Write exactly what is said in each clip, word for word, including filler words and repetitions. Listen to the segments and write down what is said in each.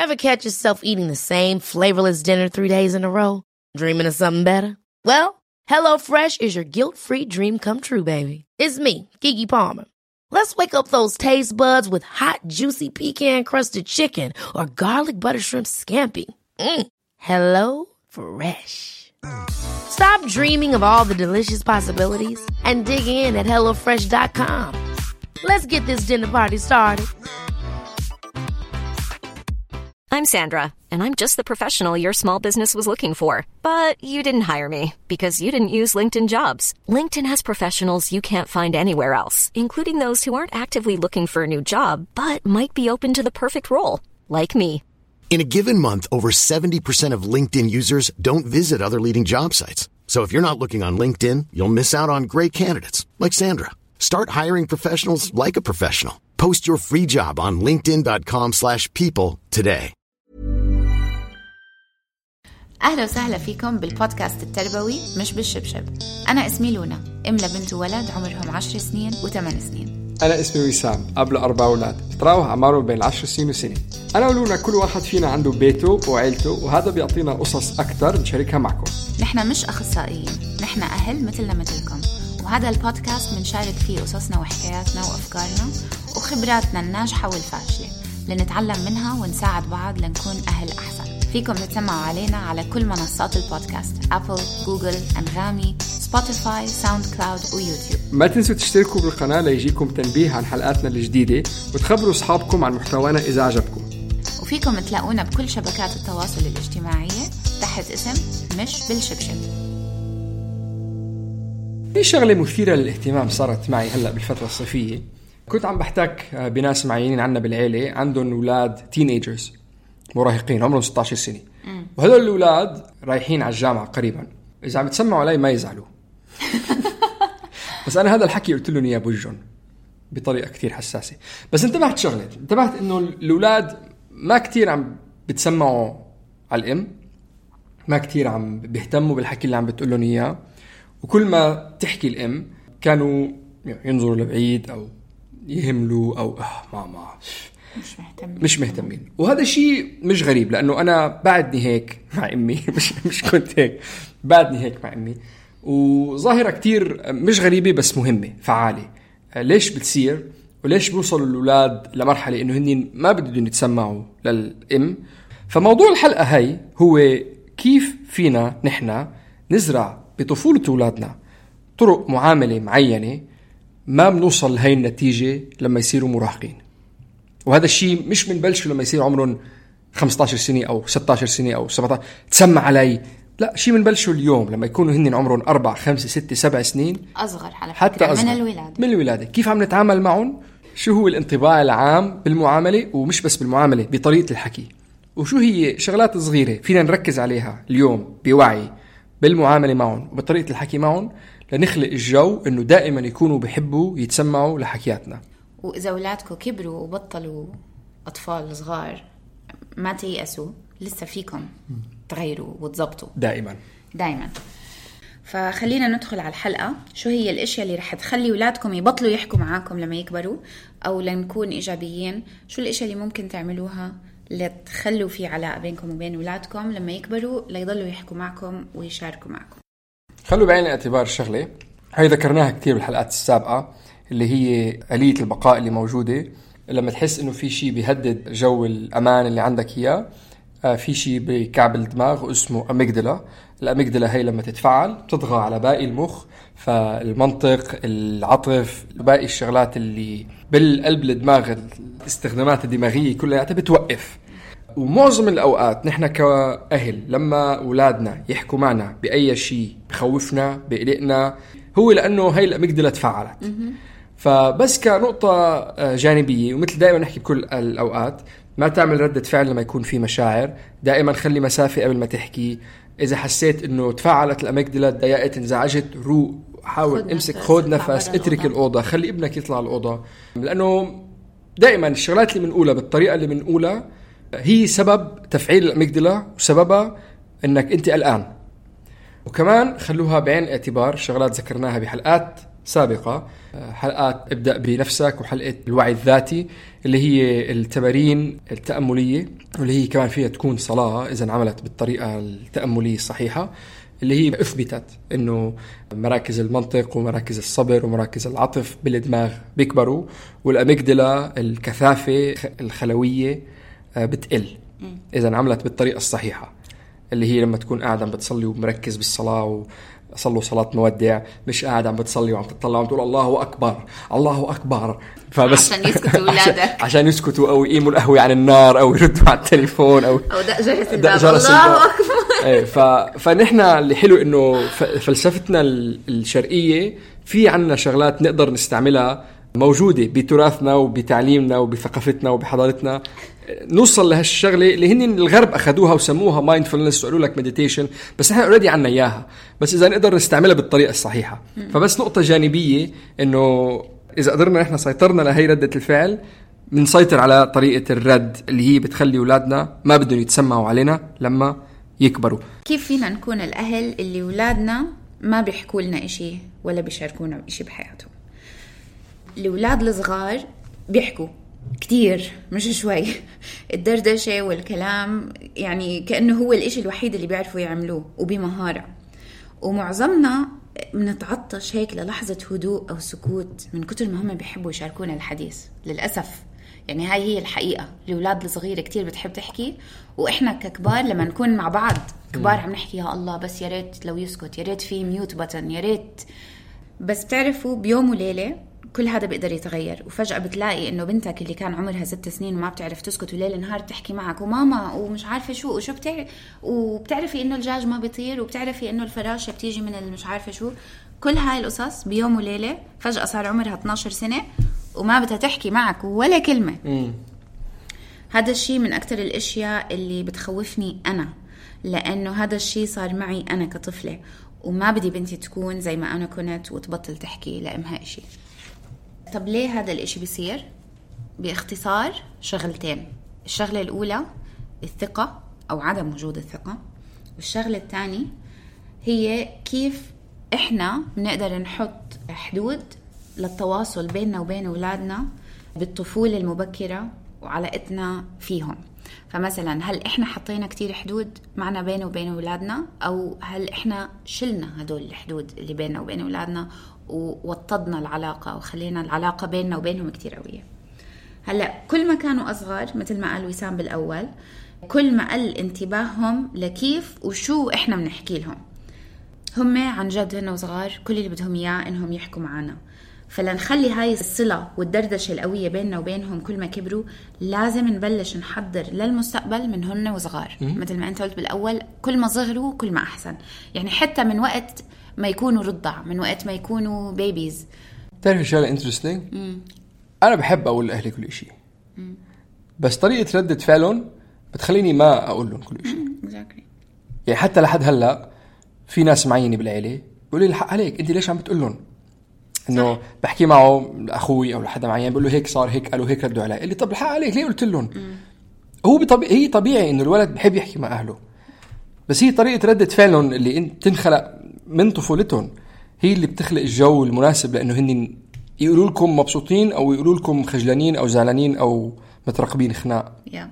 Ever catch yourself eating the same flavorless dinner three days in a row? Dreaming of something better? Well, HelloFresh is your guilt-free dream come true, baby. It's me, Keke Palmer. Let's wake up those taste buds with hot, juicy pecan-crusted chicken or garlic butter shrimp scampi. Mm. Hello Fresh. Stop dreaming of all the delicious possibilities and dig in at hello fresh dot com. Let's get this dinner party started. I'm Sandra, and I'm just the professional your small business was looking for. But you didn't hire me because you didn't use LinkedIn Jobs. LinkedIn has professionals you can't find anywhere else, including those who aren't actively looking for a new job, but might be open to the perfect role, like me. In a given month, over seventy percent of LinkedIn users don't visit other leading job sites. So if you're not looking on LinkedIn, you'll miss out on great candidates like Sandra. Start hiring professionals like a professional. Post your free job on linkedin dot com slash people today. أهلا وسهلا فيكم بالبودكاست التربوي مش بالشبشب. أنا اسمي لونا، أم لبنت وولد عمرهم عشر سنين وثمان سنين. أنا اسمي وسام، أب لأربع أولاد تراوح أعمارهم بين عشر سنين وسنة. أنا ولونا كل واحد فينا عنده بيته وعيلته، وهذا بيعطينا قصص أكتر نشاركها معكم. نحن مش أخصائيين، نحن أهل مثلنا مثلكم، وهذا البودكاست بنشارك فيه قصصنا وحكاياتنا وأفكارنا وخبراتنا الناجحة والفاشلة لنتعلم منها ونساعد بعض لنكون أهل أحسن. فيكم تتسمعوا علينا على كل منصات البودكاست: أبل، جوجل، أنغامي، سبوتيفاي، ساوند كلاود ويوتيوب. ما تنسوا تشتركوا بالقناة ليجيكم تنبيه عن حلقاتنا الجديدة، وتخبروا أصحابكم عن محتوانا إذا عجبكم. وفيكم تلاقونا بكل شبكات التواصل الاجتماعية تحت اسم مش بالشبشب. في شغلة مثيرة للاهتمام صارت معي هلأ بالفترة الصيفية. كنت عم بحتك بناس معينين عنا بالعيلة عندهم أولاد تينيجرز، مراهقين عمرهم ستة عشر سنة، وهذول الأولاد رايحين على الجامعة قريبا. إذا عم يتسمعوا علي ما يزعلوا بس أنا هذا الحكي قلت لهم إياه بوجهن بطريقة كتير حساسة. بس انتبهت شغلة، انتبهت إنه الأولاد ما كتير عم بتسمعوا على الأم، ما كتير عم بيهتموا بالحكي اللي عم بتقول لهم إياه، وكل ما تحكي الأم كانوا ينظروا لبعيد أو يهملوا أو آه ماما مش مهتمين مش مهتمين. وهذا شيء مش غريب، لأنه أنا بعدني هيك مع أمي مش مش كنت هيك، بعدني هيك مع أمي. وظاهرة كتير مش غريبة بس مهمة فعالة. ليش بتصير وليش بيوصلوا الأولاد لمرحلة إنه هنين ما بدهم يتسمعوا للأم؟ فموضوع الحلقة هاي هو كيف فينا نحنا نزرع بطفولة أولادنا طرق معاملة معينة ما بنوصل لهي النتيجة لما يصيروا مراهقين. وهذا الشيء مش بنبلشه لما يصير عمرهم خمسة عشر سنة أو ستة عشر سنة أو سبعة عشر تسمع علي، لا، شيء بنبلشه اليوم لما يكونوا هن عمرهم أربع خمسة ستة سبع سنين، أصغر على حتى أصغر من الولادة. من الولادة كيف عم نتعامل معهم، شو هو الانطباع العام بالمعاملة، ومش بس بالمعاملة، بطريقة الحكي، وشو هي شغلات صغيرة فينا نركز عليها اليوم بوعي بالمعاملة معهم وبطريقة الحكي معهم لنخلق الجو إنه دائما يكونوا بيحبوا يتسمعوا لحكياتنا. وإذا أولادكم كبروا وبطلوا أطفال صغار ما تيأسوا، لسه فيكم تغيروا وتضبطوا دائما دائما. فخلينا ندخل على الحلقة. شو هي الاشياء اللي رح تخلي أولادكم يبطلوا يحكوا معاكم لما يكبروا، أو لنكون إيجابيين؟ شو الاشياء اللي ممكن تعملوها لتخلوا في علاقة بينكم وبين أولادكم لما يكبروا ليضلوا يحكوا معكم ويشاركوا معكم؟ خلوا بعين الاعتبار شغلة هاي ذكرناها كتير بالحلقات السابقة، اللي هي آلية البقاء اللي موجودة. لما تحس إنه في شيء بيهدد جو الأمان اللي عندك إياه، في شيء بكعب الدماغ اسمه أميجدلا. الأميجدلا هي لما تتفعل تطغى على باقي المخ، فالمنطق، العطف، باقي الشغلات اللي بالقلب الدماغ، الاستخدامات الدماغية كلها بتوقف. ومعظم الأوقات نحن كأهل لما أولادنا يحكوا معنا بأي شيء بخوفنا بقلقنا، هو لأنه هاي الأميجدلا تفعلت. فبس كنقطة جانبية، ومثل دائما نحكي بكل الأوقات، ما تعمل ردة فعل لما يكون في مشاعر. دائما خلي مسافة قبل ما تحكي. إذا حسيت إنه تفاعلت الأميجدلا، تضايقت، انزعجت، روق، حاول امسك، خود نفس، اترك الأوضة، خلي ابنك يطلع الأوضة. لأنه دائما الشغلات اللي بنقولها بالطريقة اللي بنقولها هي سبب تفعيل الأميجدلا، وسببها إنك أنت قلقان. وكمان خلوها بعين اعتبار شغلات ذكرناها بحلقات سابقة، حلقات ابدأ بنفسك وحلقة الوعي الذاتي اللي هي التمارين التأملية، واللي هي كمان فيها تكون صلاة إذا عملت بالطريقة التأملية الصحيحة، اللي هي أثبتت إنه مراكز المنطق ومراكز الصبر ومراكز العطف بالدماغ بيكبروا، والأميجدلا الكثافة الخلوية بتقل إذا عملت بالطريقة الصحيحة، اللي هي لما تكون قاعد عم بتصلي ومركز بالصلاة وصلوا صلاة مودع، مش قاعد عم بتصلي وعم تطلع وعم تقول الله أكبر الله أكبر فبس عشان يسكتوا أولادك عشان يسكتوا أو يقيموا القهوة عن النار أو يردوا على التليفون أو أو دق جرس الباب الله أكبر. ايه ف... فنحن اللي حلو إنه ف... فلسفتنا الشرقية في عنا شغلات نقدر نستعملها موجودة بتراثنا وبتعليمنا وبثقافتنا وبحضارتنا، نوصل لهالشغلة اللي هن الغرب أخذوها وسموها mindfulness وقالوا لك meditation، بس نحن already عنا إياها، بس إذا نقدر نستعملها بالطريقة الصحيحة. فبس نقطة جانبية إنه إذا قدرنا نحن سيطرنا لهي ردة الفعل، بنسيطر على طريقة الرد اللي هي بتخلي أولادنا ما بدهم يتسمعوا علينا لما يكبروا. كيف فينا نكون الأهل اللي أولادنا ما بيحكوا لنا إشي ولا بيشاركونا إشي بحياتهم؟ الأولاد الصغار بيحكوا كتير مش شوي، الدردشة والكلام يعني كأنه هو الإشي الوحيد اللي بيعرفوا يعملوه وبمهارة، ومعظمنا منتعطش هيك للحظة هدوء أو سكوت من كتر ما هم بيحبوا يشاركونا الحديث. للأسف يعني هاي هي الحقيقة، الأولاد الصغيرة كتير بتحب تحكي، وإحنا ككبار لما نكون مع بعض كبار عم نحكي يا الله بس يا ريت لو يسكت، يا ريت في ميوت بتن، يا ريت. بس بتعرفوا بيوم وليلة كل هذا بيقدر يتغير، وفجأة بتلاقي إنه بنتك اللي كان عمرها ست سنين وما بتعرف تسكت وليل نهار تحكي معك وماما ومش عارفة شو وشو بتعرف، وبتعرفي إنه الدجاج ما بيطير، وبتعرفي إنه الفراشة بتيجي من المش عارفة شو، كل هاي القصص بيوم وليلة فجأة صار عمرها اثناشر سنة وما بدها تحكي معك ولا كلمة. مم. هذا الشيء من أكتر الأشياء اللي بتخوفني أنا، لأنه هذا الشيء صار معي أنا كطفلة، وما بدي بنتي تكون زي ما أنا كنت وتبطل تحكي لأمها إشي. طب ليه هذا الاشي بيصير؟ باختصار شغلتين. الشغلة الأولى الثقة أو عدم وجود الثقة، والشغلة الثانية هي كيف إحنا بنقدر نحط حدود للتواصل بيننا وبين أولادنا بالطفولة المبكرة وعلاقتنا فيهم. فمثلا هل إحنا حطينا كتير حدود معنا بيننا وبين أولادنا، أو هل إحنا شلنا هدول الحدود اللي بيننا وبين أولادنا ووطدنا العلاقة وخلينا العلاقة بيننا وبينهم كتير قوية؟ هلأ كل ما كانوا أصغر مثل ما قال وسام بالأول، كل ما قل انتباههم لكيف وشو إحنا بنحكي لهم. هم عن جد هن وصغار كل اللي بدهم إياه إنهم يحكوا معنا، فلنخلي هاي الصلة والدردشة القوية بيننا وبينهم كل ما كبروا لازم نبلش نحضر للمستقبل من هن وصغار. مثل ما أنت قلت بالأول، كل ما صغروا كل ما أحسن، يعني حتى من وقت ما يكونوا رضع، من وقت ما يكونوا بيبيز. تعرف شغلة انترستينج؟ أنا بحب أقول لأهلي كل إشي، بس طريقة ردة فعلهم بتخليني ما أقول لهم كل إشي. يعني حتى لحد هلأ في ناس معينة بالعيلة بيقول لي الحق عليك أنت ليش عم بتقول لهم؟ إنه بحكي معه أخوي أو لحد معين بقول له هيك صار هيك قالوا هيك ردوا علي، اللي طب الحق عليك ليه قلت لهم؟ هو بطبيعي هي طبيعي إنه الولد بحب يحكي مع أهله، بس هي طريقة ردة فعلهم اللي تنخلق من طفولتهم هي اللي بتخلق الجو المناسب لأنه هن يقولوا لكم مبسوطين أو يقولوا لكم خجلانين أو زعلانين أو مترقبين خناق. yeah.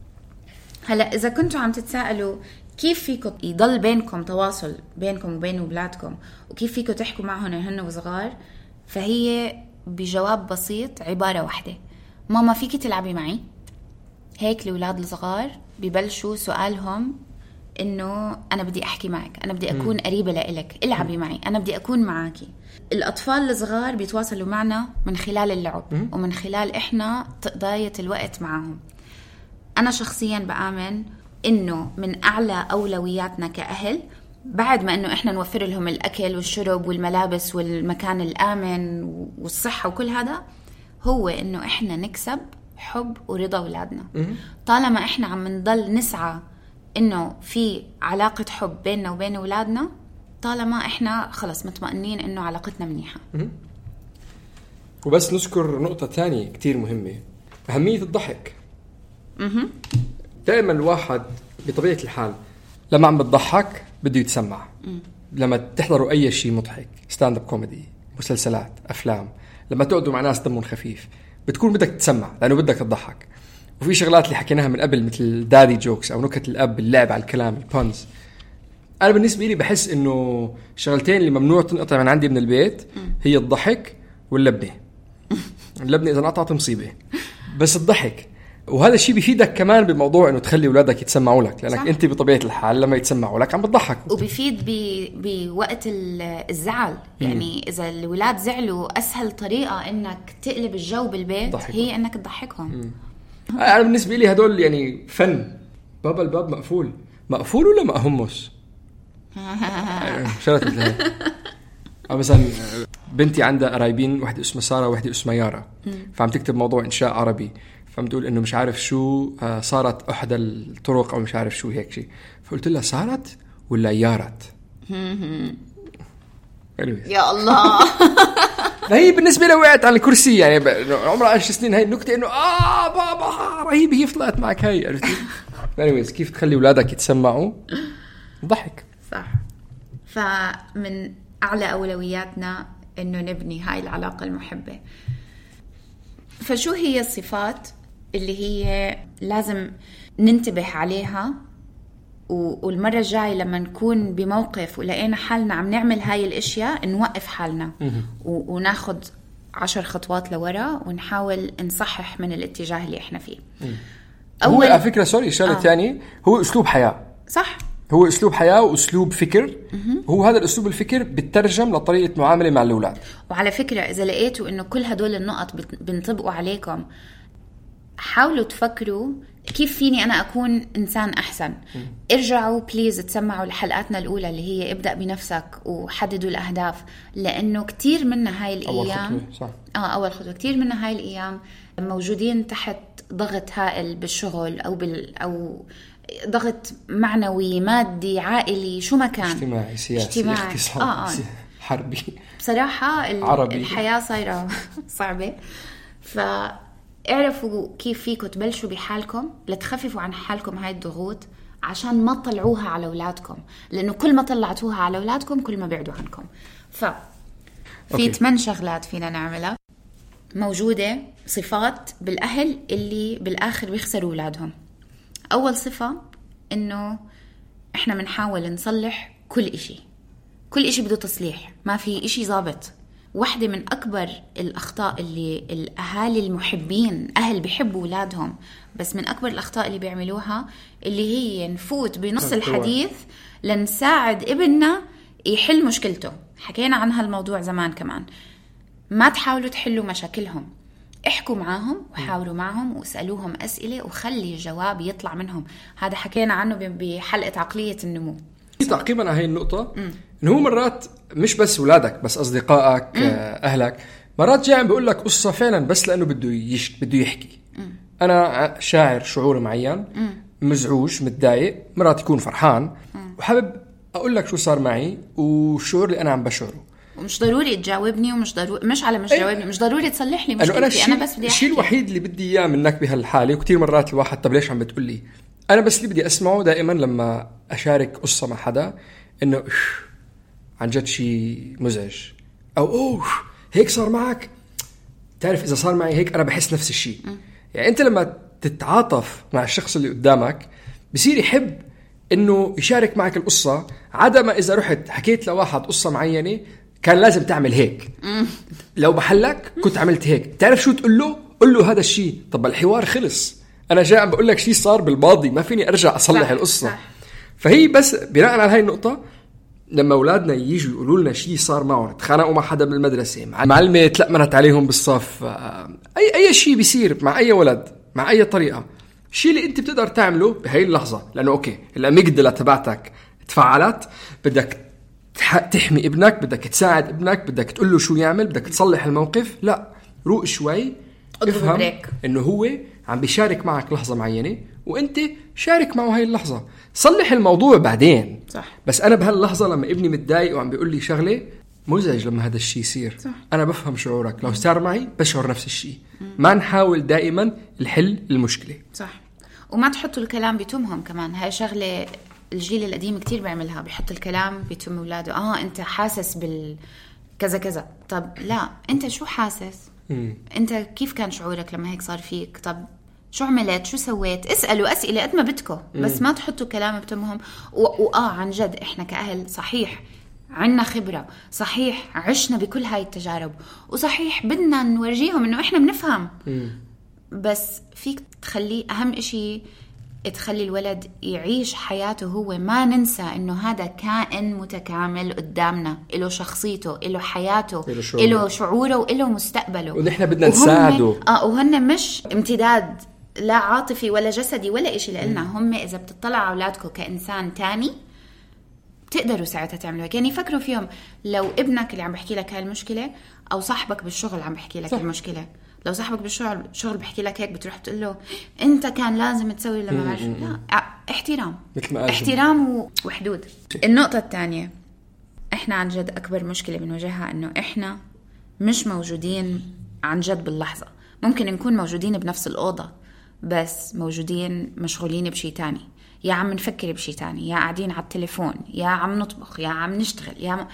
هلأ إذا كنتوا عم تتساءلوا كيف فيكم يضل بينكم تواصل بينكم وبين أولادكم وكيف فيكم تحكوا معهم هن وصغار، فهي بجواب بسيط عبارة واحدة: ماما فيكي تلعبي معي؟ هيك الأولاد الصغار ببلشوا سؤالهم إنه أنا بدي أحكي معك، أنا بدي أكون قريبة لإلك، العبي معي، أنا بدي أكون معاكي. الأطفال الصغار بيتواصلوا معنا من خلال اللعب ومن خلال إحنا تقضية الوقت معهم. أنا شخصياً بآمن إنه من أعلى أولوياتنا كأهل، بعد ما إنه إحنا نوفر لهم الأكل والشرب والملابس والمكان الآمن والصحة وكل هذا، هو إنه إحنا نكسب حب ورضا أولادنا. طالما إحنا عم نضل نسعى إنه في علاقة حب بيننا وبين أولادنا، طالما إحنا خلص مطمئنين إنه علاقتنا منيحة. وبس نذكر نقطة تانية كتير مهمة، أهمية الضحك. دائما الواحد بطبيعة الحال لما عم بتضحك بده يتسمع. لما تحضروا أي شيء مضحك، ستاند اب كوميدي، مسلسلات أفلام، لما تقعدوا مع ناس دمهم خفيف بتكون بدك تسمع لأنه بدك تضحك. وفي شغلات اللي حكيناها من قبل مثل دادي جوكس أو نكت الأب، اللعب على الكلام، البونز. أنا بالنسبة لي بحس إنه شغلتين اللي ممنوع تنقطع من عندي من البيت هي الضحك واللبنة. اللبنة إذا انقطعت مصيبة، بس الضحك. وهذا الشيء بيفيدك كمان بموضوع إنه تخلي أولادك يتسمعوا لك، لأنك صح. أنت بطبيعة الحال لما يتسمعوا لك عم بتضحك. وبيفيد بوقت الزعل، يعني مم. إذا الولاد زعلوا أسهل طريقة إنك تقلب الجو بالبيت ضحكوا. هي إنك تضحكهم. أنا بالنسبة لي هدول يعني فن. بابا الباب مقفول، مقفول ولا مقهمس؟ شرط مثل هيك. أو مثلا بنتي عندها قرايبين، واحدة اسمها سارة وواحدة اسمها يارا، فعم تكتب موضوع إنشاء عربي، فعم تقول إنه مش عارف شو صارت أحد الطرق أو مش عارف شو هيك شيء، فقلت لها صارت ولا يارت؟ يا الله. هي بالنسبة لها وقعت على الكرسي، يعني عمرها عشر سنين. هاي النكتة إنه آه بابا رهيب، هي طلعت معك هاي، عرفتي؟ anyways كيف تخلي أولادك يتسمعوا؟ ضحك. صح. فمن أعلى أولوياتنا إنه نبني هاي العلاقة المحبة. فشو هي الصفات اللي هي لازم ننتبه عليها، والمرة الجاية لما نكون بموقف ولقينا حالنا عم نعمل هاي الاشياء نوقف حالنا وناخد عشر خطوات لورا ونحاول نصحح من الاتجاه اللي احنا فيه. أول هو على فكرة سوري الشغلة الثانية آه. هو أسلوب حياة. صح، هو أسلوب حياة وأسلوب فكر. هو هذا الأسلوب الفكر بترجم لطريقة معاملة مع الأولاد. وعلى فكرة إذا لقيتوا إنه كل هدول النقط بنطبقوا عليكم، حاولوا تفكروا كيف فيني أنا أكون إنسان أحسن. م. ارجعوا بليز تسمعوا لحلقاتنا الأولى اللي هي ابدأ بنفسك وحددوا الأهداف، لأنه كتير منا هاي الأيام أول خطوة. آه أول خطوة كتير منا هاي الأيام موجودين تحت ضغط هائل بالشغل أو بال أو ضغط معنوي مادي عائلي شو ما كان، اجتماعي سياسي اجتماعي. اقتصادي آه آه. حربي. بصراحة عربي. الحياة صايرة صعبة. فاعرفوا كيف فيكم تبلشوا بحالكم لتخففوا عن حالكم هاي الضغوط عشان ما تطلعوها على أولادكم، لأنه كل ما طلعتوها على أولادكم كل ما بعدوا عنكم. ففي ثمان شغلات فينا نعملها موجودة، صفات بالأهل اللي بالآخر بيخسروا أولادهم. أول صفة إنه إحنا بنحاول نصلح كل إشي، كل إشي بده تصليح، ما في إشي ضابط. واحدة من أكبر الأخطاء اللي الأهالي المحبين أهل بيحبوا أولادهم، بس من أكبر الأخطاء اللي بيعملوها اللي هي نفوت بنص الحديث لنساعد ابننا يحل مشكلته. حكينا عن هالموضوع زمان كمان. ما تحاولوا تحلوا مشاكلهم، احكوا معهم وحاولوا معهم واسألوهم أسئلة وخلي الجواب يطلع منهم. هذا حكينا عنه بحلقة عقلية النمو. تعقيبا على هاي النقطة، إنه هو مرات مش بس ولادك، بس أصدقائك، مم. أهلك، مرات جاي عم بيقول لك قصة فعلا بس لأنه بده يش... بده يحكي. مم. أنا شاعر شعور معين، مم. مزعوج متضايق، مرات يكون فرحان، مم. وحابب أقول لك شو صار معي والشعور اللي أنا عم بشعره. ومش ضروري تجاوبني، ومش ضروري مش على مش جاوبني، مش ضروري تصلح لي مشكلتي. أنا, أنا بس بدي أحكي. الشيء الوحيد اللي بدي إياه منك بهالحالة، وكتير مرات الواحد طب ليش عم بتقول لي، أنا بس اللي بدي أسمعه دائما لما أشارك قصة مع حدا إنه عن جد شيء مزعج، أو أوه هيك صار معك. تعرف إذا صار معي هيك أنا بحس نفس الشيء. يعني أنت لما تتعاطف مع الشخص اللي قدامك بصير يحب إنه يشارك معك القصة، عادما إذا رحت حكيت لواحد قصة معينة كان لازم تعمل هيك، لو بحلك كنت عملت هيك. تعرف شو تقول له؟ قل له هذا الشيء. طب الحوار خلص، أنا جاي عم بقول لك شيء صار بالماضي، ما فيني أرجع أصلح صح القصة صح. فهي بس بناء على هاي النقطة، لما أولادنا ييجوا يقولوا لنا شيء صار معهم، تخانقوا مع حدا بالمدرسة، معلمة تلقمنت عليهم بالصف، أي أي شيء بيصير مع أي ولد مع أي طريقة، الشيء اللي أنت بتقدر تعمله بهاي اللحظة، لأنه أوكي الأميجدلا تبعتك تفعلت، بدك تحمي ابنك، بدك تساعد ابنك، بدك تقول له شو يعمل، بدك تصلح الموقف. لا، روق شوي، افهم إنه هو عم بيشارك معك لحظة معينة وانت شارك معه هاي اللحظة، صلح الموضوع بعدين صح. بس انا بهاللحظة لما ابني متضايق وعم بيقول لي شغلة مزعج، لما هذا الشيء يصير صح. انا بفهم شعورك، لو صار معي بشعر نفس الشيء. ما نحاول دائما الحل المشكلة صح. وما تحطوا الكلام بتمهم كمان، هاي شغلة الجيل القديم كتير بيعملها، بيحط الكلام بتم اولاده. اه انت حاسس بال كذا كذا. طب لا، انت شو حاسس؟ مم. انت كيف كان شعورك لما هيك صار فيك؟ طب شو عملت؟ شو سويت؟ اسألوا أسئلة قد ما بدكم، بس ما تحطوا كلام بتمهم. وآه عن جد إحنا كأهل صحيح عنا خبرة، صحيح عشنا بكل هاي التجارب، وصحيح بدنا نورجيهم إنه إحنا بنفهم. بس فيك تخليه أهم إشي، تخلي الولد يعيش حياته هو. ما ننسى إنه هذا كائن متكامل قدامنا، إله شخصيته، إله حياته، إله شعوره، وإله مستقبله، ونحن بدنا نساعده. آه وهن مش امتداد لا عاطفي ولا جسدي ولا إشي لنا. هم إذا بتطلع على أولادكم كإنسان تاني تقدروا ساعتها تعملوا. يعني فكروا فيهم، لو ابنك اللي عم بحكي لك هاي المشكلة، أو صاحبك بالشغل عم بحكي لك المشكلة. لو صاحبك بالشغل شغل بحكي لك هيك، بتروح تقول له أنت كان لازم تسوي لما ما عرفت. لا، احترام، احترام وحدود. النقطة الثانية، إحنا عن جد أكبر مشكلة بنواجهها إنه إحنا مش موجودين عن جد باللحظة. ممكن نكون موجودين بنفس الأوضة، بس موجودين مشغولين بشي تاني، يا عم نفكر بشي تاني، يا قاعدين على التليفون، يا عم نطبخ، يا عم نشتغل، يا م...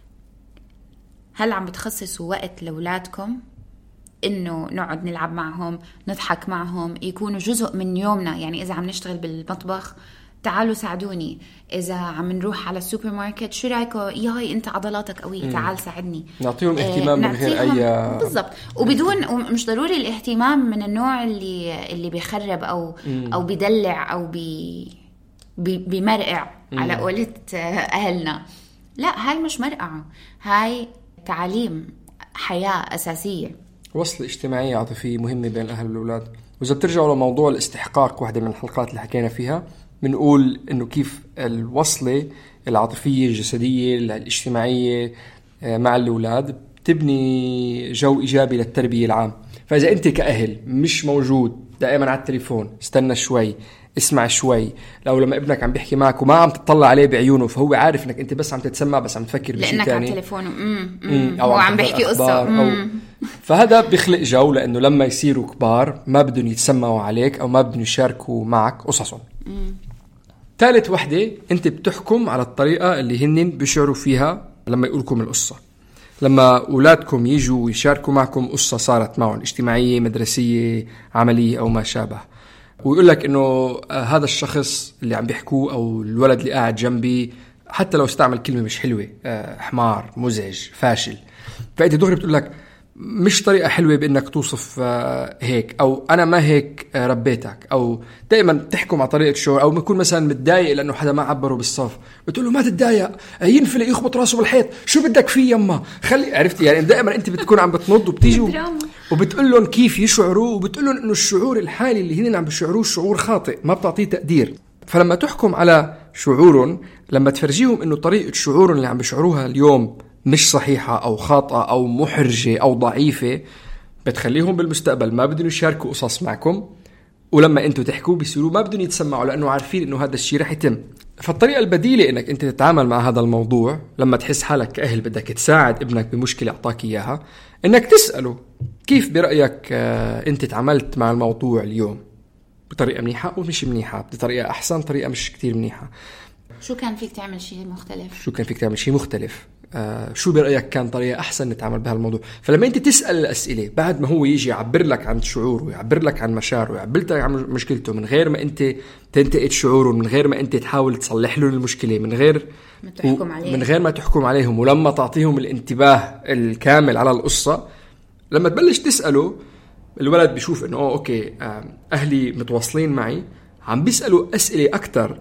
هل عم بتخصصوا وقت لأولادكم إنه نقعد نلعب معهم، نضحك معهم، يكونوا جزء من يومنا؟ يعني إذا عم نشتغل بالمطبخ تعالوا ساعدوني، إذا عم نروح على السوبر ماركت شو رأيكم ياي أنت عضلاتك قوية تعال ساعدني. نعطيهم اهتمام من غير أي بالضبط، وبدون ومش ضروري الاهتمام من النوع اللي اللي بيخرب أو مم. أو بيدلع أو بي بي بيمرقع مم. على قولة أهلنا. لا، هاي مش مرقعة، هاي تعليم حياة أساسية. وصل اجتماعية عاطفية مهمة بين الأهل والأولاد. وإذا بترجعوا لموضوع الاستحقاق، واحدة من الحلقات اللي حكينا فيها، بنقول إنه كيف الوصلة العاطفية الجسدية الاجتماعية مع الأولاد بتبني جو إيجابي للتربية العام. فإذا أنت كأهل مش موجود، دائما على التليفون، استنى شوي، اسمع شوي، لو لما ابنك عم بيحكي معك وما عم تطلع عليه بعيونه، فهو عارف انك انت بس عم تتسمع، بس عم تفكر بشيء ثاني، لانك على تليفونه او عم, عم بيحكي قصه أو... فهذا بيخلق جو، لانه لما يصيروا كبار ما بدهم يتسمعوا عليك او ما بدهم يشاركوا معك قصصهم. ثالث وحده، انت بتحكم على الطريقه اللي هن بيشعروا فيها لما يقولكم القصه. لما أولادكم يجوا يشاركوا معكم قصه صارت معهم، اجتماعيه، مدرسيه، عمليه او ما شابه، ويقول لك إنه هذا الشخص اللي عم بيحكوه أو الولد اللي قاعد جنبي حتى لو استعمل كلمة مش حلوة، حمار، مزعج، فاشل، فأنت دغري بتقول لك مش طريقة حلوة بأنك توصف هيك، أو أنا ما هيك ربيتك، أو دائما تحكم على طريقة شعور. أو بيكون مثلا متضايق لأنه حدا ما عبره بالصف، بتقول له ما تتضايق، ينفلق يخبط راسه بالحيط، شو بدك فيه يما، خلي عرفتي. يعني دائما أنت بتكون عم بتنض وبتيجي وبتقول لهم كيف يشعروا، وبتقول لهم إنه الشعور الحالي اللي هن عم بيشعروه شعور خاطئ، ما بتعطيه تقدير. فلما تحكم على شعورهم، لما تفرجيهم إنه طريقة شعورهم اللي عم بيشعروها اليوم مش صحيحة أو خاطئة أو محرجة أو ضعيفة، بتخليهم بالمستقبل ما بدهم يشاركوا قصص معكم، ولما أنتوا تحكوا بيصيروا ما بدهم يتسمعوا لأنه عارفين إنه هذا الشيء رح يتم. فالطريقة البديلة إنك أنت تتعامل مع هذا الموضوع لما تحس حالك كأهل بدك تساعد ابنك بمشكلة أعطاك إياها، إنك تسأله كيف برأيك أنت تعاملت مع الموضوع اليوم، بطريقة منيحة أو مش منيحة، بطريقة أحسن، طريقة مش كتير منيحة، شو كان فيك تعمل شيء مختلف، شو كان فيك تعمل شيء مختلف، آه شو برأيك كان طريقة أحسن نتعامل بها الموضوع. فلما أنت تسأل الأسئلة بعد ما هو يجي يعبر لك عن شعوره ويعبر لك عن مشاعره ويعبر لك عن مشكلته، من غير ما أنت تنتقد شعوره، من غير ما أنت تحاول تصلح له المشكلة، من غير ما تحكم عليه، من غير ما تحكم عليهم، ولما تعطيهم الانتباه الكامل على القصة، لما تبلش تسأله الولد بيشوف إنه أوه أوكي أهلي متواصلين معي، عم بيسألوا أسئلة أكتر،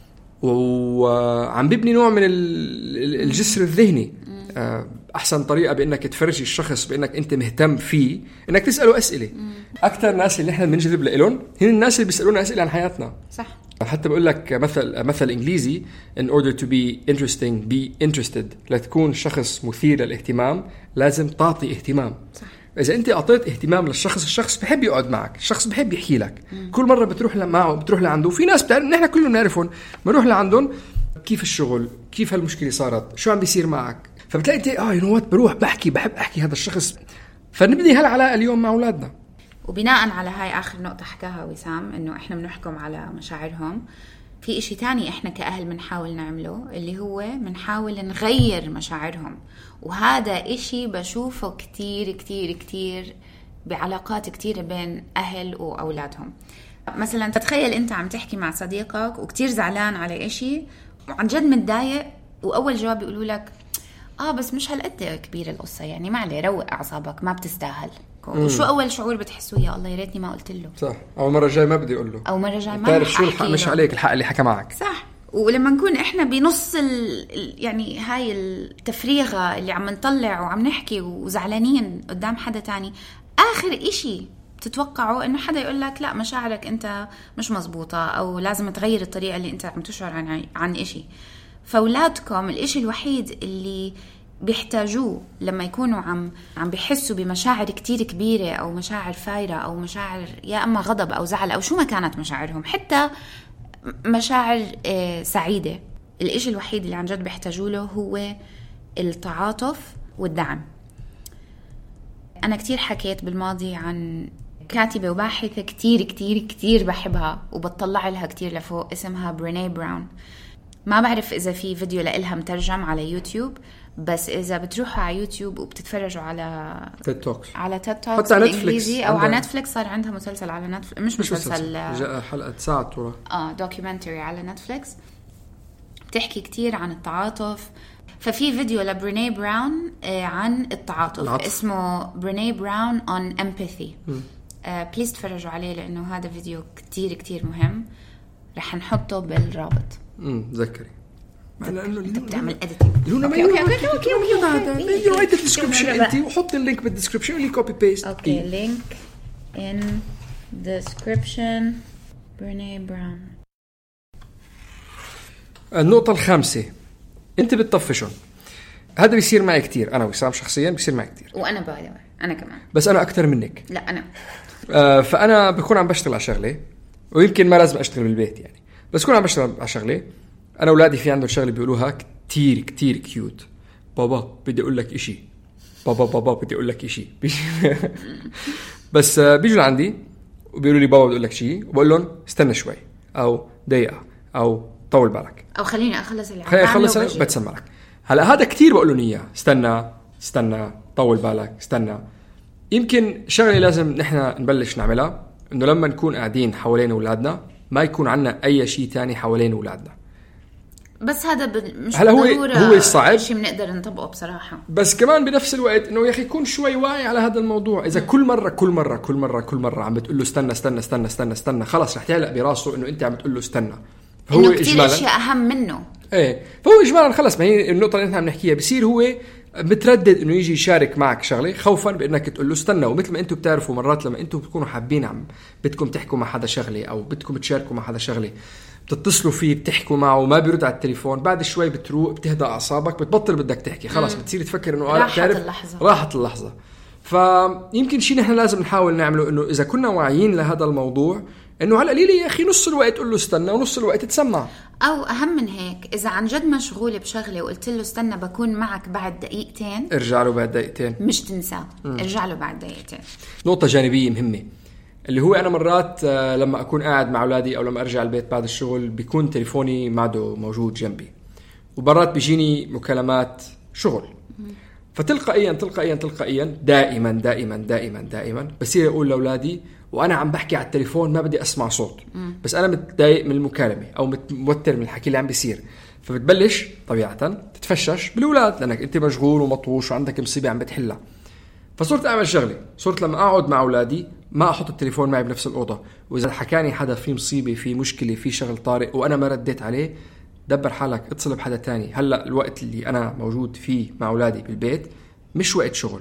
وعم بيبني نوع من الجسر الذهني. أحسن طريقة بأنك تفرجي الشخص بأنك أنت مهتم فيه إنك تسأله أسئلة. أكتر ناس اللي إحنا بنجذب لهم هن الناس اللي بيسألونا أسئلة عن حياتنا. صح. حتى بقول لك مثل مثل إنجليزي in order to be interesting be interested. لتكون شخص مثير للاهتمام لازم تعطي اهتمام. صح. إذا أنت أعطيت اهتمام للشخص، الشخص بحب يقعد معك، الشخص بحب يحكي لك. مم. كل مرة بتروح معه بتروح لعنده، في ناس بتعرف نحن كلنا نعرفهم، بنروح لعندهم كيف الشغل، كيف هالمشكلة صارت، شو عم بيصير معك، فبتلاقي أنت آه ينوات بروح بحكي بحب أحكي هذا الشخص. فنبني هالعلاقة اليوم مع أولادنا. وبناء على هاي آخر نقطة حكاها وسام إنه إحنا بنحكم على مشاعرهم، في إشي تاني إحنا كأهل منحاول نعمله اللي هو منحاول نغير مشاعرهم، وهذا إشي بشوفه كتير كتير كتير بعلاقات كتير بين أهل وأولادهم. مثلا تتخيل أنت عم تحكي مع صديقك وكتير زعلان على إشي وعن جد متضايق، وأول جواب يقولوا لك آه بس مش هالقد كبيرة القصة يعني، ما عليه، روق أعصابك، ما بتستاهل. وشو أول شعور بتحسوه؟ يا الله يا ريتني ما قلت له. صح. أو مرة جاي ما بدي أقول له. أو مرة جاي ما تعرف شو الحق مش عليك، الحق اللي حكى معك. صح. ولما نكون إحنا بنص ال... يعني هاي التفريغة اللي عم نطلع وعم نحكي وزعلانين قدام حدا تاني، آخر إشي تتوقعوا إنه حدا يقول لك لا مشاعرك أنت مش مزبوطة، أو لازم تغير الطريقة اللي أنت عم تشعر عن عن إشي. فأولادكم الإشي الوحيد اللي بيحتاجوه لما يكونوا عم عم بيحسوا بمشاعر كتير كبيرة أو مشاعر فايرة أو مشاعر يا أما غضب أو زعل أو شو ما كانت مشاعرهم، حتى مشاعر سعيدة، الإشي الوحيد اللي عن جد بيحتاجوا له هو التعاطف والدعم. أنا كتير حكيت بالماضي عن كاتبة وباحثة كتير كتير كتير بحبها وبتطلع لها كتير لفوق، اسمها بريني براون. ما بعرف إذا في فيديو لإلها مترجم على يوتيوب، بس إذا بتروحوا على يوتيوب وبتتفرجوا على تيد توكس على تيد توكس بالإنجليزي أو على نتفليكس، صار عندها مسلسل على نتفليكس، مش, مش مسلسل جاء حلقة ساعة طولها آه دوكيومنتري على نتفليكس، بتحكي كتير عن التعاطف. ففي فيديو لبريني براون عن التعاطف العطف. اسمه بريني براون on empathy. بليز تفرجوا عليه لأنه هذا فيديو كتير كتير مهم، رح نحطه بالرابط. امم ذكري لانه انت بتعمل اديتنج. اوكي اوكي اوكي اوكي اوكي رايت الديسكربشن انت وحط اللينك بالديسكربشن اللي كوبي بيست. اوكي لينك ان ديسكربشن بريني براون. النقطة الخامسة، انت بتطفشون. هذا بيصير معي كتير، انا وسام شخصيا بيصير معي كتير، وانا باي انا كمان، بس انا اكتر منك. لا انا آه فانا بكون عم بشتغل على شغله، ويمكن ما لازم اشتغل بالبيت يعني، بس كون عم بشتغل على شغله. انا اولادي في عندهم شغله بيقولوها كتير كتير كيوت، بابا بدي اقول لك اشي، بابا بابا بدي اقول لك اشي بس آه بيجوا لعندي وبيقولوا لي بابا بدي اقول لك شيء، وبقول لهم استنى شوي او دقيقه او طول بالك او خليني اخلص اللي خليني اخلص بتسمع لك. هلا هذا كتير بقول لهم اياه، استنى استنى طول بالك استنى. يمكن شغله لازم نحن نبلش نعملها، انه لما نكون قاعدين حوالين اولادنا ما يكون عنا اي شيء تاني حوالين اولادنا. بس هذا مش هلا هو هو الصعب شيء بنقدر نطبقه بصراحه، بس كمان بنفس الوقت انه يا اخي يكون شوي واعي على هذا الموضوع. اذا كل مره كل مره كل مره كل مره عم بتقول له استنى استنى استنى استنى استنى، خلص رح تعلق براسه انه انت عم تقول له استنى. فهو كثير اشياء اهم منه. ايه فهو اجمالا خلص، ما هي النقطه اللي نحن عم نحكيها، بصير هو متردد انه يجي يشارك معك شغله خوفا بانك تقول له استنى. ومثل ما انتم بتعرفوا مرات لما انتم بتكونوا حابين عم بدكم تحكوا مع حدا شغله او بدكم تشاركوا مع حدا شغله، بتتصلوا فيه بتحكوا معه وما بيرد على التليفون، بعد شوي بتروق بتهدى اعصابك، بتبطل بدك تحكي، خلاص بتصير تفكر انه راحت اللحظه راحت اللحظه. فيمكن شيء نحن لازم نحاول نعمله، انه اذا كنا واعيين لهذا الموضوع انه على القليله يا اخي نص الوقت قول له استنى ونص الوقت تسمع. او اهم من هيك، اذا عن جد مشغول بشغله وقلت له استنى بكون معك بعد دقيقتين، ارجع له بعد دقيقتين، مش تنساه، ارجع له بعد دقيقتين. نقطه جانبيه مهمه اللي هو انا مرات لما اكون قاعد مع اولادي او لما ارجع البيت بعد الشغل بيكون تليفوني معده موجود جنبي، ومرات بيجيني مكالمات شغل، فتلقائيا تلقائيا تلقائيا دائما دائما دائما دائما بصير اقول لاولادي وانا عم بحكي على التليفون ما بدي اسمع صوت، بس انا متضايق من المكالمه او متوتر من الحكي اللي عم بيصير، فبتبلش طبيعه تتفشش بالاولاد لانك انت مشغول ومطوش وعندك مصيبه عم بتحلها. فصرت اعمل شغله، صرت لما اقعد مع اولادي ما احط التليفون معي بنفس الاوضه، واذا حكاني حدا في مصيبه في مشكله في شغل طارئ وانا ما رديت عليه، دبر حالك اتصل بحدا تاني. هلا الوقت اللي انا موجود فيه مع اولادي بالبيت مش وقت شغل.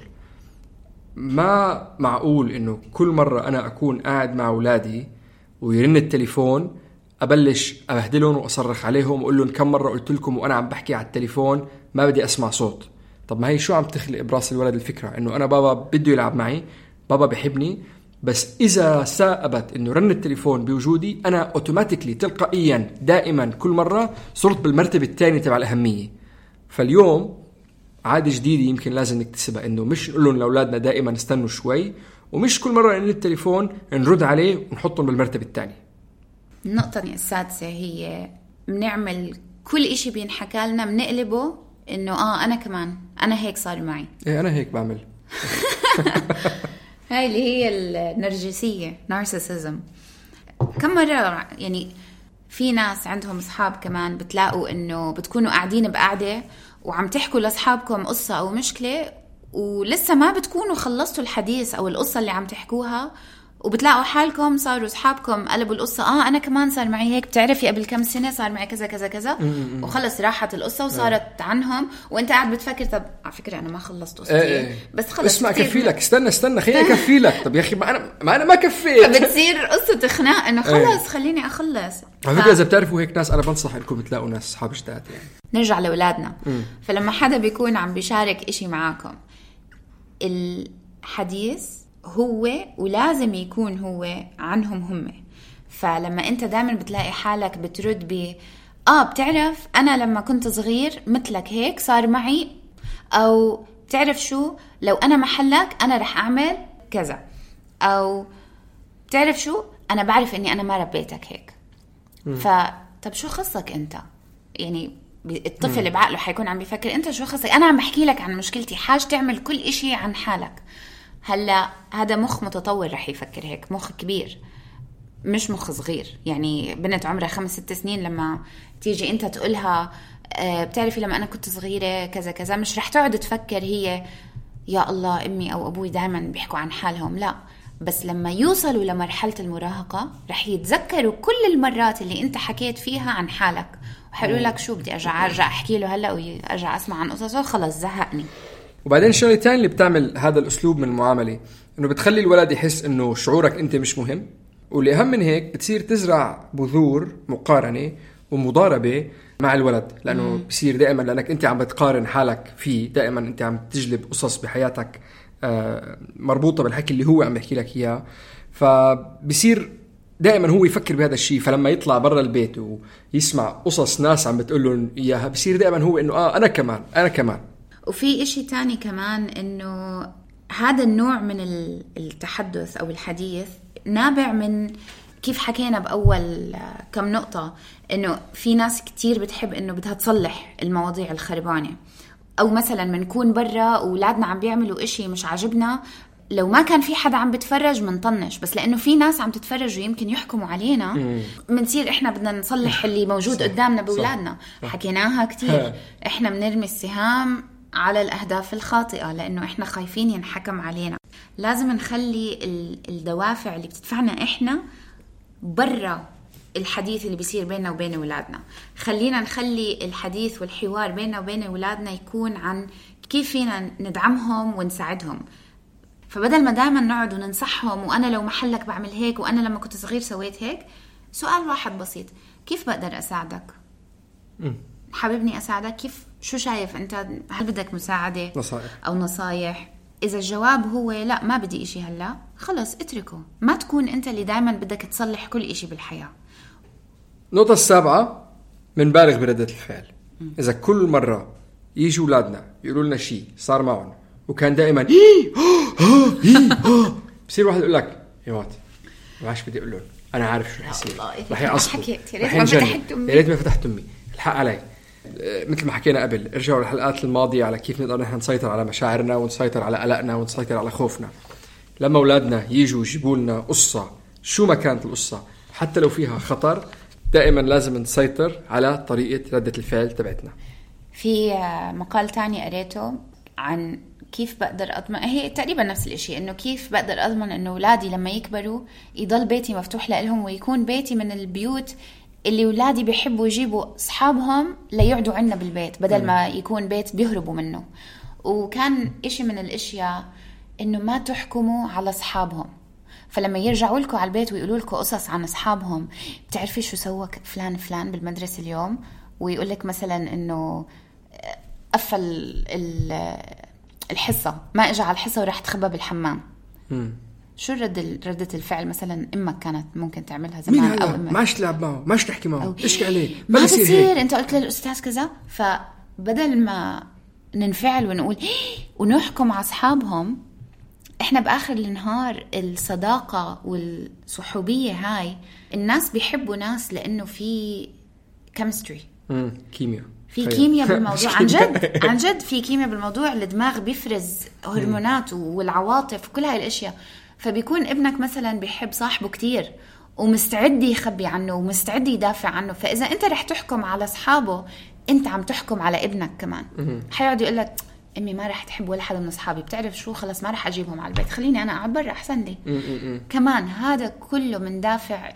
ما معقول انه كل مره انا اكون قاعد مع اولادي ويرن التليفون ابلش ابهدلهم واصرخ عليهم واقول لهم كم مره قلت لكم وانا عم بحكي على التليفون ما بدي اسمع صوت. طب ما هي شو عم تخلق براس الولد الفكره انه انا بابا بده يلعب معي، بابا بيحبني، بس اذا سأبت انه رن التليفون بوجودي انا اوتوماتيكلي تلقائيا دائما كل مره صرت بالمرتبه الثانيه تبع الاهميه. فاليوم عادة جديدة يمكن لازم نكتسبها، انه مش نقول لهم لاولادنا دائما استنوا شوي، ومش كل مرة نرن التليفون نرد عليه ونحطهم بالمرتبة الثانية. النقطة السادسة هي بنعمل كل إشي بينحكى لنا بنقلبه إنه آه أنا كمان أنا هيك صار معي. إيه أنا هيك بعمل. هاي اللي هي النرجسية نارسيسيزم. كم مرة يعني في ناس عندهم أصحاب كمان بتلاقوا إنه بتكونوا قاعدين بقعدة وعم تحكوا لأصحابكم قصة أو مشكلة ولسه ما بتكونوا خلصتوا الحديث أو القصة اللي عم تحكوها وبتلاقوا حالكم صاروا أصحابكم قلبوا القصة آه أنا كمان صار معي هيك بتعرفي قبل كم سنة صار معي كذا كذا كذا وخلص راحت القصة وصارت عنهم وانت قاعد بتفكر طب على فكرة أنا ما خلصت قصتي ايه بس خلص اسمع كفي لك استنى استنى خليني أكفي لك طب يا أخي ما أنا ما أنا ما كفيت بتصير قصة خناق إنه خلص خليني أخلص. على فكرة إذا بتعرفوا هيك ناس أنا بنصح إنكم تلاقوا ناس أصحاب جداد يعني. نرجع لأولادنا. فلما حدا بيكون عم بيشارك إشي معاكم الحديث هو ولازم يكون هو عنهم هم. فلما انت دائما بتلاقي حالك بترد ب اه بتعرف انا لما كنت صغير مثلك هيك صار معي او بتعرف شو لو انا محلك انا رح اعمل كذا او بتعرف شو انا بعرف اني انا ما ربيتك هيك. فطب شو خصك انت يعني الطفل بعقله حيكون عم بيفكر انت شو خصك انا عم بحكي لك عن مشكلتي حاج تعمل كل اشي عن حالك. هلا هذا مخ متطور رح يفكر هيك مخ كبير مش مخ صغير. يعني بنت عمرها خمس ست سنين لما تيجي انت تقولها اه بتعرفي لما انا كنت صغيرة كذا كذا مش رح تقعد تفكر هي يا الله امي او ابوي دائما بيحكوا عن حالهم لا بس لما يوصلوا لمرحلة المراهقة رح يتذكروا كل المرات اللي انت حكيت فيها عن حالك وحيقولوا لك شو بدي ارجع ارجع احكي له هلا وارجع اسمع عن قصصه خلص زهقني. وبعدين الشغله الثانيه اللي بتعمل هذا الاسلوب من المعامله انه بتخلي الولد يحس انه شعورك انت مش مهم واللي اهم من هيك بتصير تزرع بذور مقارنه ومضاربه مع الولد لانه مم. بصير دائما لانك انت عم بتقارن حالك فيه دائما انت عم تجلب قصص بحياتك مربوطه بالحكي اللي هو عم يحكي لك اياه فبصير دائما هو يفكر بهذا الشيء. فلما يطلع برا البيت ويسمع قصص ناس عم بتقول له اياها بصير دائما هو انه اه انا كمان انا كمان. وفي إشي تاني كمان إنه هذا النوع من التحدث أو الحديث نابع من كيف حكينا بأول كم نقطة إنه في ناس كتير بتحب إنه بدها تصلح المواضيع الخربانة أو مثلا منكون برا وولادنا عم بيعملوا إشي مش عاجبنا لو ما كان في حدا عم بتفرج منطنش بس لأنه في ناس عم تتفرج ويمكن يحكموا علينا منصير إحنا بدنا نصلح اللي موجود قدامنا بولادنا. حكيناها كتير إحنا بنرمي السهام على الأهداف الخاطئة لأنه إحنا خايفين ينحكم علينا. لازم نخلي الدوافع اللي بتدفعنا إحنا برا الحديث اللي بيصير بيننا وبين أولادنا. خلينا نخلي الحديث والحوار بيننا وبين أولادنا يكون عن كيف فينا ندعمهم ونساعدهم. فبدل ما دائما نقعد وننصحهم وأنا لو محلك بعمل هيك وأنا لما كنت صغير سويت هيك سؤال واحد بسيط كيف بقدر أساعدك؟ م. حاببني أساعدك كيف شو شايف أنت هل بدك مساعدة نصائح أو نصايح؟ إذا الجواب هو لا ما بدي إشي هلا خلص اتركه. ما تكون أنت اللي دايما بدك تصلح كل إشي بالحياة. النقطة السابعة بنبالغ بردة الفعل. م. إذا كل مرة يجي أولادنا يقولوا لنا شيء صار معهم وكان دائما بصير واحد يقول لك يا وات معاش بدي أقول لهم أنا عارف شو حسيت رح يعصبوا رح ينجنوا يا ريت ما فتحت أمي الحق علي. مثل ما حكينا قبل ارجعوا للحلقات الماضية على كيف نقدر نحن نسيطر على مشاعرنا ونسيطر على قلقنا ونسيطر على خوفنا. لما أولادنا يجوا يجيبوا لنا قصة شو ما كانت القصة حتى لو فيها خطر دائما لازم نسيطر على طريقة ردة الفعل تبعتنا. في مقال تاني قريته عن كيف بقدر أضمن هي تقريبا نفس الاشي انه كيف بقدر أضمن انه أولادي لما يكبروا يضل بيتي مفتوح لهم ويكون بيتي من البيوت اللي أولادي بيحبوا يجيبوا أصحابهم ليقعدوا عنا بالبيت بدل ما يكون بيت بيهربوا منه. وكان إشي من الاشياء انه ما تحكموا على أصحابهم. فلما يرجعوا لكم على البيت ويقولوا لكم قصص عن أصحابهم بتعرفي شو سوى فلان فلان بالمدرسة اليوم ويقول لك مثلا انه قفل الحصة ما اجى على الحصة وراح تخبى بالحمام. م. شو رد ردة الفعل مثلا امك كانت ممكن تعملها زمان او امك ماش تلعب معه ماش تحكي معه اشكي عليه ما بصير انت قلت للاستاذ كذا. فبدل ما ننفعل ونقول ونحكم على اصحابهم إحنا بآخر النهار الصداقة والصحوبية هاي الناس بيحبوا ناس لأنه في كيمستري، كيمياء، في كيمياء بالموضوع. عن جد عن جد في كيمياء بالموضوع. الدماغ بيفرز هرمونات والعواطف وكل هاي الأشياء. فبيكون ابنك مثلا بيحب صاحبه كتير ومستعد يخبي عنه ومستعد يدافع عنه. فإذا أنت رح تحكم على أصحابه أنت عم تحكم على ابنك كمان. حيقعد يقول لك أمي ما رح تحب ولا حدا من أصحابي، بتعرف شو، خلص ما رح أجيبهم على البيت، خليني أنا أقعد برا أحسن لي. كمان هذا كله من دافع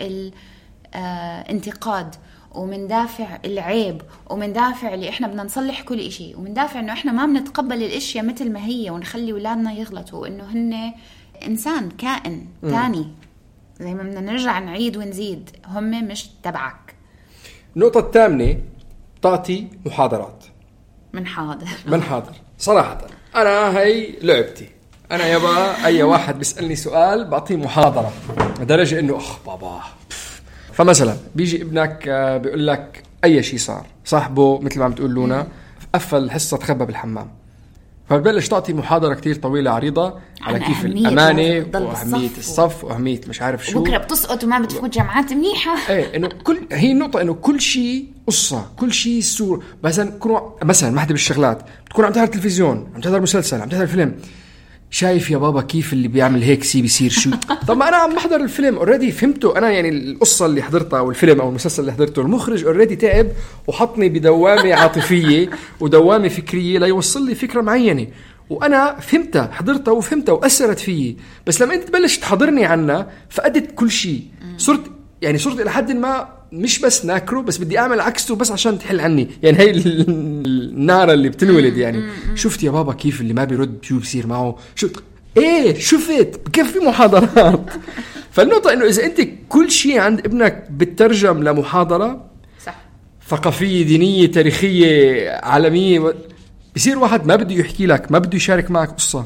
الانتقاد ومن دافع العيب ومن دافع اللي إحنا بدنا نصلح كل إشي ومن دافع إنه إحنا ما بنتقبل الأشياء مثل ما هي ونخلي أولادنا يغلطوا إنه هن إنسان كائن تاني. زي ما بدنا نرجع نعيد ونزيد، هم مش تبعك. النقطة الثامنة، تعطي محاضرات. من حاضر من حاضر صراحة أنا هاي لعبتي. أنا يابا أي واحد بيسألني سؤال بعطيه محاضرة لدرجة إنه أخ بابا. فمثلا بيجي ابنك بيقول لك أي شيء صار، صاحبه مثل ما عم تقول لنا قفل الحصة تخبى بالحمام، فببلش تعطي محاضرة كتير طويلة عريضة على كيف الأمانة وأهمية الصف وأهمية مش عارف شو. بكرة بتسقط وما بتفوت جامعات منيحة. إيه إنه كل هي النقطة إنه كل شيء قصة، كل شيء سور. مثلا كونوا مثلا واحدة بالشغلات بتكون عم تحضر تلفزيون، عم تحضر مسلسل، عم تحضر فيلم، شايف يا بابا كيف اللي بيعمل هيك سي بيصير شو. طب ما أنا عم بحضر الفيلم أوريدي فهمته أنا، يعني القصة اللي حضرتها أو الفيلم أو المسلسل اللي حضرته المخرج أوريدي تعب وحطني بدوامة عاطفية ودوامة فكرية ليوصل لي فكرة معينة وأنا فهمتها حضرتها وفهمتها وأثرت فيي. بس لما أنت تبلش تحضرني عنها فقدت كل شيء. صرت يعني صرت إلى حد ما مش بس ناكره، بس بدي أعمل عكسه بس عشان تحل عني. يعني هاي النار اللي بتنولد. يعني شفت يا بابا كيف اللي ما بيرد شو بصير معه، شو إيه شفت بكفي محاضرات. فالنقطة إنه إذا أنت كل شيء عند ابنك بتترجم لمحاضرة صح، ثقافية ثقافية تاريخية عالمية، بيصير واحد ما بده يحكي لك، ما بده يشارك معك قصة.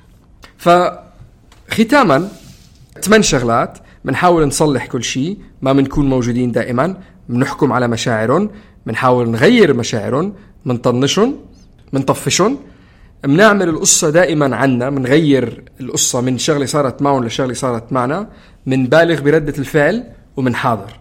فختاما ثمان شغلات بنحاول نصلح كل شيء، ما بنكون موجودين دائما، بنحكم على مشاعرهم، بنحاول نغير مشاعرهم، بنطنشهم، بنطفشهم، بنعمل القصة دائما عنا، بنغير القصة من شغلة صارت معهم لشغلة صارت معنا، بنبالغ بردة الفعل، وبنحاضر.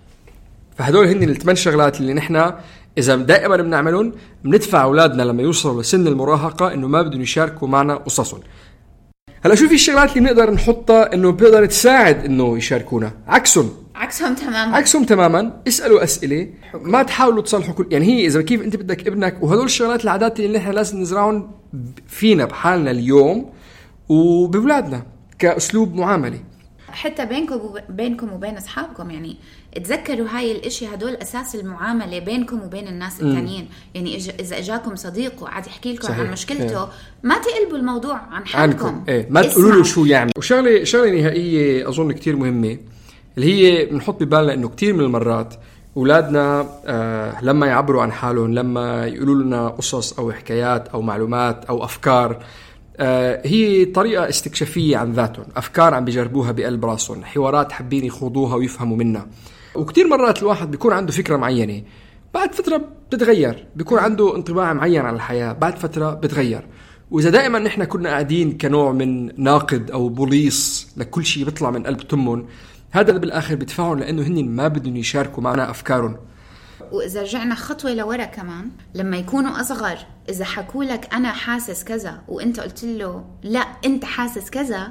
فهدول هن الثمان شغلات اللي نحنا إذا دائما بنعملهم بندفع أولادنا لما يوصلوا لسن المراهقة إنه ما بدهم يشاركوا معنا قصصهم. هلا شو في الشغلات اللي بنقدر نحطها إنه بيقدر تساعد إنه يشاركونا؟ عكسهم عكسهم تماما عكسهم تماما. اسألوا أسئلة، ما تحاولوا تصلحوا كل. يعني هي إذا كيف أنت بدك ابنك، وهدول الشغلات العادات اللي نحن لازم نزرعهم فينا بحالنا اليوم وبولادنا كأسلوب معاملة حتى بينكم بينكم وبين أصحابكم. يعني تذكروا هاي الاشي، هدول أساس المعاملة بينكم وبين الناس التانيين. يعني إذا إجاكم صديق وقعد يحكي لكم عن مشكلته إيه. ما تقلبوا الموضوع عن حالكم إيه. ما تقولوا له شو يعمل. وشغلة شغلة نهائية أظن كتير مهمة اللي هي بنحط ببالنا إنه كتير من المرات أولادنا آه لما يعبروا عن حالهم، لما يقولوا لنا قصص أو حكايات أو معلومات أو أفكار، آه هي طريقة استكشافية عن ذاتهم، أفكار عم بيجربوها بقلب راسهم، حوارات حابين يخوضوها ويفهموا منها. وكتير مرات الواحد بيكون عنده فكرة معينة، بعد فترة بتتغير، بيكون عنده انطباع معين عن الحياة، بعد فترة بتغير. وإذا دائما نحن كنا قاعدين كنوع من ناقد أو بوليس لكل شيء بيطلع من قلب تمهم، هذا بالآخر بدفعهم لأنه هن ما بدهم يشاركوا معنا أفكارهم. وإذا رجعنا خطوة لورا كمان، لما يكونوا أصغر إذا حكوا لك أنا حاسس كذا وإنت قلت له لا أنت حاسس كذا،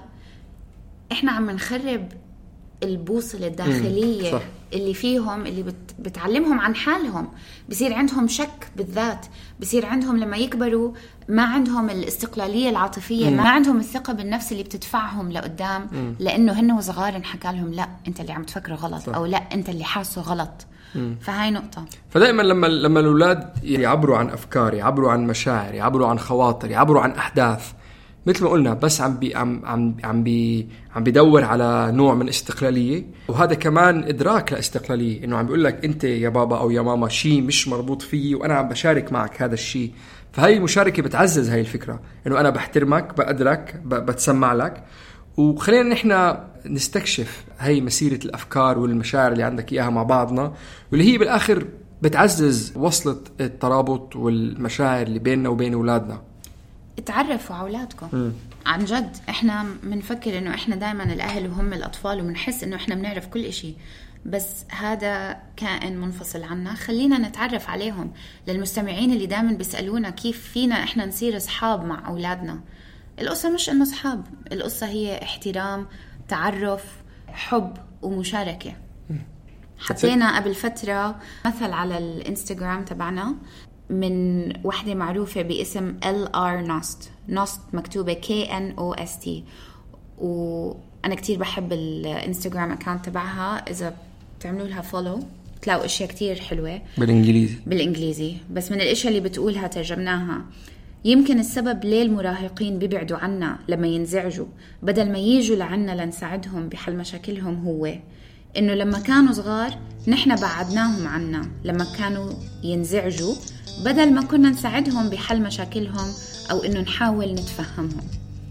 إحنا عم نخرب البوصلة الداخلية اللي فيهم، اللي بت بتعلمهم عن حالهم. بصير عندهم شك بالذات، بصير عندهم لما يكبروا ما عندهم الاستقلالية العاطفية، مم. ما عندهم الثقة بالنفس اللي بتدفعهم لقدام، مم. لأنه هن وصغار انحكى لهم لا أنت اللي عم تفكره غلط، صح. أو لا أنت اللي حاسه غلط. مم. فهاي نقطة. فدائما لما لما الأولاد يعبروا عن أفكار، يعبروا عن مشاعر، يعبروا عن خواطر، يعبروا عن أحداث، مثل ما قلنا بس عم بي عم عم عم بي عم بيدور على نوع من استقلالية، وهذا كمان إدراك لاستقلالية، إنه عم بيقول لك أنت يا بابا أو يا ماما شيء مش مربوط فيي وأنا عم بشارك معك هذا الشيء. فهاي المشاركة بتعزز هاي الفكرة، إنه أنا بحترمك، بقدرك، بتسمع لك. وخلينا نحن نستكشف هاي مسيرة الأفكار والمشاعر اللي عندك إياها مع بعضنا، واللي هي بالآخر بتعزز وصلة الترابط والمشاعر اللي بيننا وبين أولادنا. اتعرفوا على أولادكم. عن جد إحنا منفكر إنه إحنا دائما الأهل وهم الأطفال ومنحس إنه إحنا بنعرف كل إشي، بس هذا كائن منفصل عنا. خلينا نتعرف عليهم. للمستمعين اللي دائما بيسألونا كيف فينا إحنا نصير أصحاب مع أولادنا، القصة مش إنه أصحاب، القصة هي احترام، تعرف، حب ومشاركة. حطينا قبل فترة مثل على الانستغرام تبعنا من واحدة معروفة باسم إل آر Nost. Nost مكتوبة كي إن أو إس تي، وأنا كتير بحب الانستغرام أكاونت تبعها. إذا تعملوا لها فولو تلاقوا أشياء كتير حلوة بالإنجليزي بالإنجليزي بس من الأشياء اللي بتقولها ترجمناها. يمكن السبب ليه المراهقين بيبعدوا عنا لما ينزعجوا بدل ما ييجوا لعنا لنساعدهم بحل مشاكلهم هو إنه لما كانوا صغار نحن بعدناهم عنا لما كانوا ينزعجوا بدل ما كنا نساعدهم بحل مشاكلهم أو إنه نحاول نتفهمهم.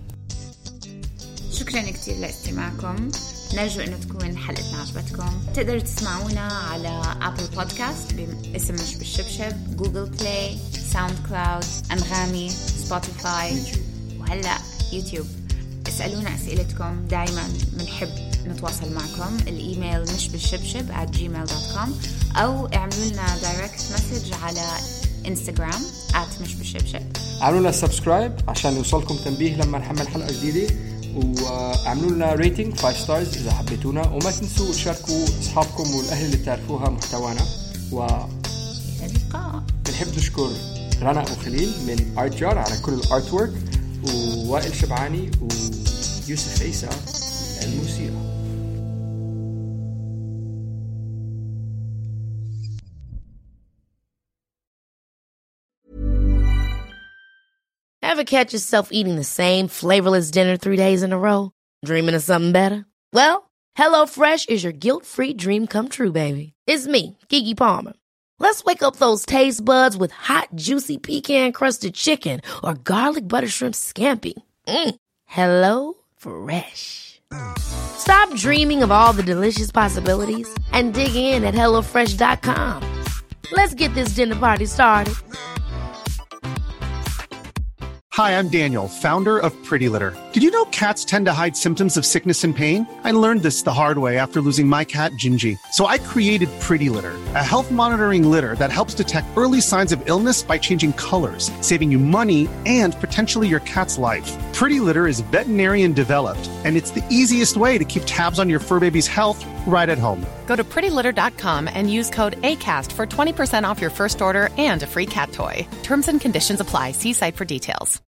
شكرا كتير لاستماعكم. نرجو إنه تكون حلقتنا عجبتكم. تقدروا تسمعونا على أبل بودكاست باسم مش بالشبشب، جوجل بلاي، ساوند كلاود، أنغامي، سبوتيفاي، وهلأ يوتيوب. اسألونا أسئلتكم، دايما بنحب نتواصل معكم. الإيميل مش بالشبشب at gmail dot com أو اعملوا لنا direct message على إنستغرام at مش بالشبشب. اعملوا لنا سبسكرايب عشان يوصلكم تنبيه لما نحمل حلقة جديدة، واعملوا لنا ريتنج خمسة ستارز إذا حبيتونا، وما تنسوا تشاركوا أصحابكم والأهل اللي تعرفوها محتوانا. و بنحب نشكر رنا وخليل من آرت جار على كل الارت وورك، ووائل شبعاني ويوسف عيسى الموسيقى. Ever catch yourself eating the same flavorless dinner three days in a row? Dreaming of something better? Well, HelloFresh is your guilt-free dream come true, baby. It's me, Keke Palmer. Let's wake up those taste buds with hot, juicy pecan-crusted chicken or garlic butter shrimp scampi. Mm. Hello Fresh. Stop dreaming of all the delicious possibilities and dig in at hello fresh dot com. Let's get this dinner party started. Hi, I'm Daniel, founder of Pretty Litter. Did you know cats tend to hide symptoms of sickness and pain? I learned this the hard way after losing my cat, Gingy. So I created Pretty Litter, a health monitoring litter that helps detect early signs of illness by changing colors, saving you money and potentially your cat's life. Pretty Litter is veterinarian developed, and it's the easiest way to keep tabs on your fur baby's health right at home. Go to pretty litter dot com and use code ACAST for twenty percent off your first order and a free cat toy. Terms and conditions apply. See site for details.